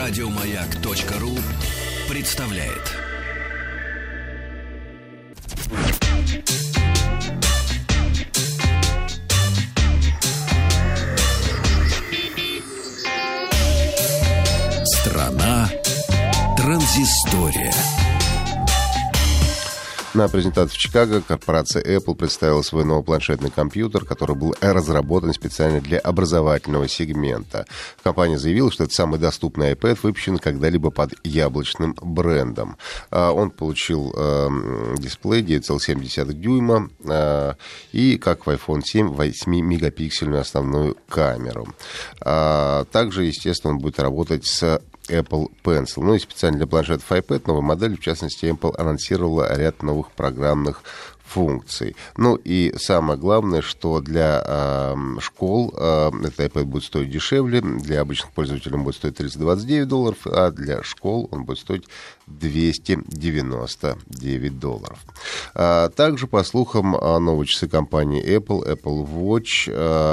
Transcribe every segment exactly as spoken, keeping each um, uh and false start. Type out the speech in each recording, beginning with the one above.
Радиомаяк.ру представляет. Страна транзистория. На презентации в Чикаго корпорация Apple представила свой новый планшетный компьютер, который был разработан специально для образовательного сегмента. Компания заявила, что это самый доступный iPad, выпущенный когда-либо под яблочным брендом. Он получил э, дисплей девять целых семь десятых дюйма э, и, как в iPhone семь, восьмимегапиксельную основную камеру. А также, естественно, он будет работать с Apple Pencil. Ну и специально для планшетов iPad новой модели, в частности, Apple анонсировала ряд новых программных функций. Ну и самое главное, что для э, школ э, этот iPad будет стоить дешевле, для обычных пользователей он будет стоить триста двадцать девять долларов, а для школ он будет стоить двести девяносто девять долларов. А также, по слухам, новые часы компании Apple, Apple Watch,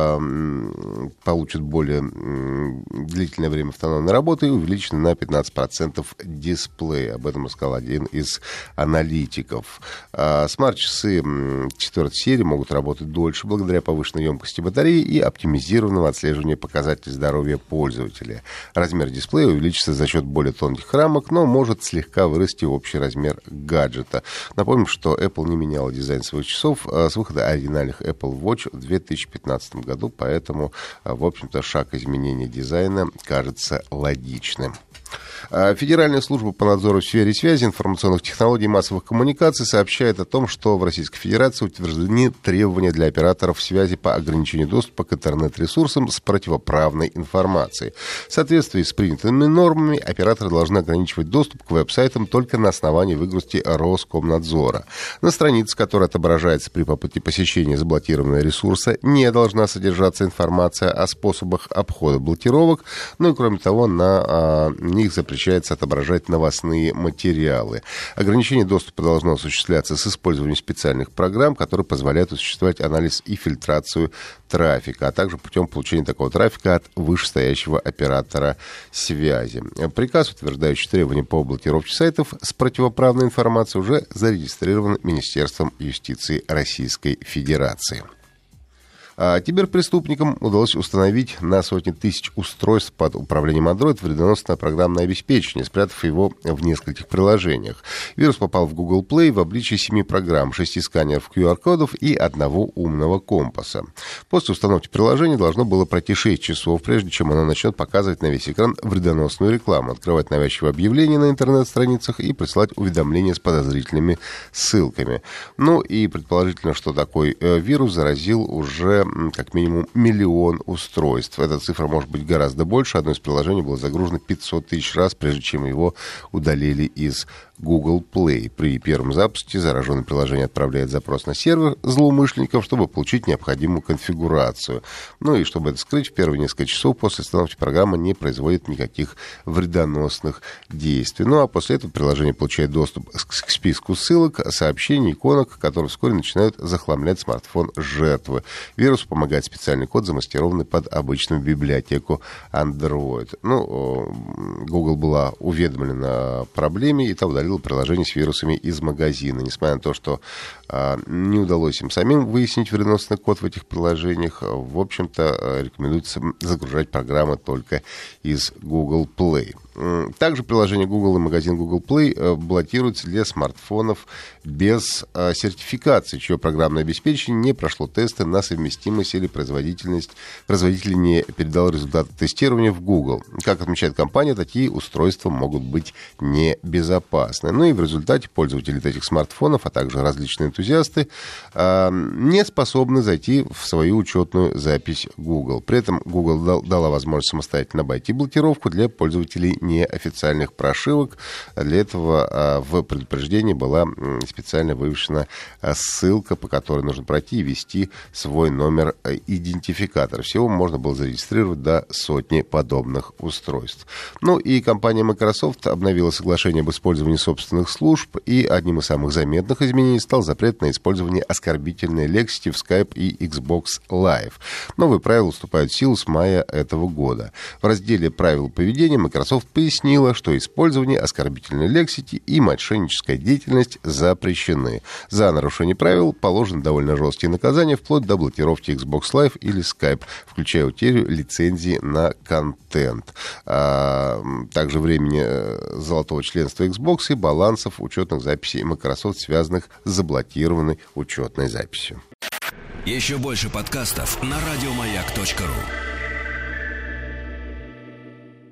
э, получат более длительное время автономной работы и увеличены на пятнадцать процентов дисплей. Об этом рассказал один из аналитиков. А смарт-часы четвёртой серии могут работать дольше благодаря повышенной емкости батареи и оптимизированному отслеживанию показателей здоровья пользователя. Размер дисплея увеличится за счет более тонких рамок, но может слегка вырасти общий размер гаджета. Напомним, что Apple не меняла дизайн своих часов с выхода оригинальных Apple Watch в две тысячи пятнадцатом году, поэтому, в общем-то, шаг изменения дизайна кажется логичным. Федеральная служба по надзору в сфере связи, информационных технологий и массовых коммуникаций сообщает о том, что в Российской Федерации утверждены требования для операторов связи по ограничению доступа к интернет-ресурсам с противоправной информацией. В соответствии с принятыми нормами, операторы должны ограничивать доступ к веб-сайтам только на основании выгрузки Роскомнадзора. На странице, которая отображается при попытке посещения заблокированного ресурса, не должна содержаться информация о способах обхода блокировок, ну и, кроме того, на а, них запрещается отображать новостные материалы. Ограничение доступа должно осуществляться с использованием специальных программ, которые позволяют осуществлять анализ и фильтрацию трафика, а также путем получения такого трафика от вышестоящего оператора связи. Приказ, утверждающий требования по блокировке сайтов с противоправной информацией, уже зарегистрирован Министерством юстиции Российской Федерации. Киберпреступникам удалось установить на сотни тысяч устройств под управлением Android вредоносное программное обеспечение, спрятав его в нескольких приложениях. Вирус попал в Google Play в обличии семи программ, шести сканеров ку ар-кодов и одного умного компаса. После установки приложения должно было пройти шесть часов, прежде чем оно начнет показывать на весь экран вредоносную рекламу, открывать навязчивые объявления на интернет-страницах и присылать уведомления с подозрительными ссылками. Ну и предположительно, что такой э, вирус заразил уже как минимум миллион устройств. Эта цифра может быть гораздо больше. Одно из приложений было загружено пятьсот тысяч раз, прежде чем его удалили из Google Play. При первом запуске зараженное приложение отправляет запрос на сервер злоумышленников, чтобы получить необходимую конфигурацию. Ну и чтобы это скрыть, в первые несколько часов после установки программа не производит никаких вредоносных действий. Ну а после этого приложение получает доступ к списку ссылок, сообщений, иконок, которые вскоре начинают захламлять смартфон жертвы. Вирусу помогает специальный код, замаскированный под обычную библиотеку Android. Ну, Google была уведомлена о проблеме, и та удалила приложение с вирусами из магазина. Несмотря на то, что а, не удалось им самим выяснить вредоносный код в этих приложениях, в общем-то, рекомендуется загружать программы только из Google Play. Также приложение Google и магазин Google Play блокируются для смартфонов без сертификации, чье программное обеспечение не прошло тесты на совместимость или производительность. Производитель не передал результаты тестирования в Google. Как отмечает компания, такие устройства могут быть небезопасны. Ну и в результате пользователи этих смартфонов, а также различные энтузиасты, не способны зайти в свою учетную запись Google. При этом Google дала возможность самостоятельно обойти блокировку для пользователей неофициальных прошивок. Для этого в предупреждении была специально вывешена ссылка, по которой нужно пройти и ввести свой номер идентификатора. Всего можно было зарегистрировать до сотни подобных устройств. Ну и компания Microsoft обновила соглашение об использовании собственных служб, и одним из самых заметных изменений стал запрет на использование оскорбительной лексики в Skype и Xbox Live. Новые правила вступают в силу с мая этого года. В разделе «Правила поведения» Microsoft пояснила, что использование оскорбительной лексики и мошенническая деятельность запрещены. За нарушение правил положены довольно жесткие наказания, вплоть до блокировки Xbox Live или Skype, включая утерю лицензии на контент. А также времени золотого членства Xbox и балансов учетных записей Microsoft, связанных с заблокированной учетной записью. Еще больше подкастов на радиомаяк точка ру.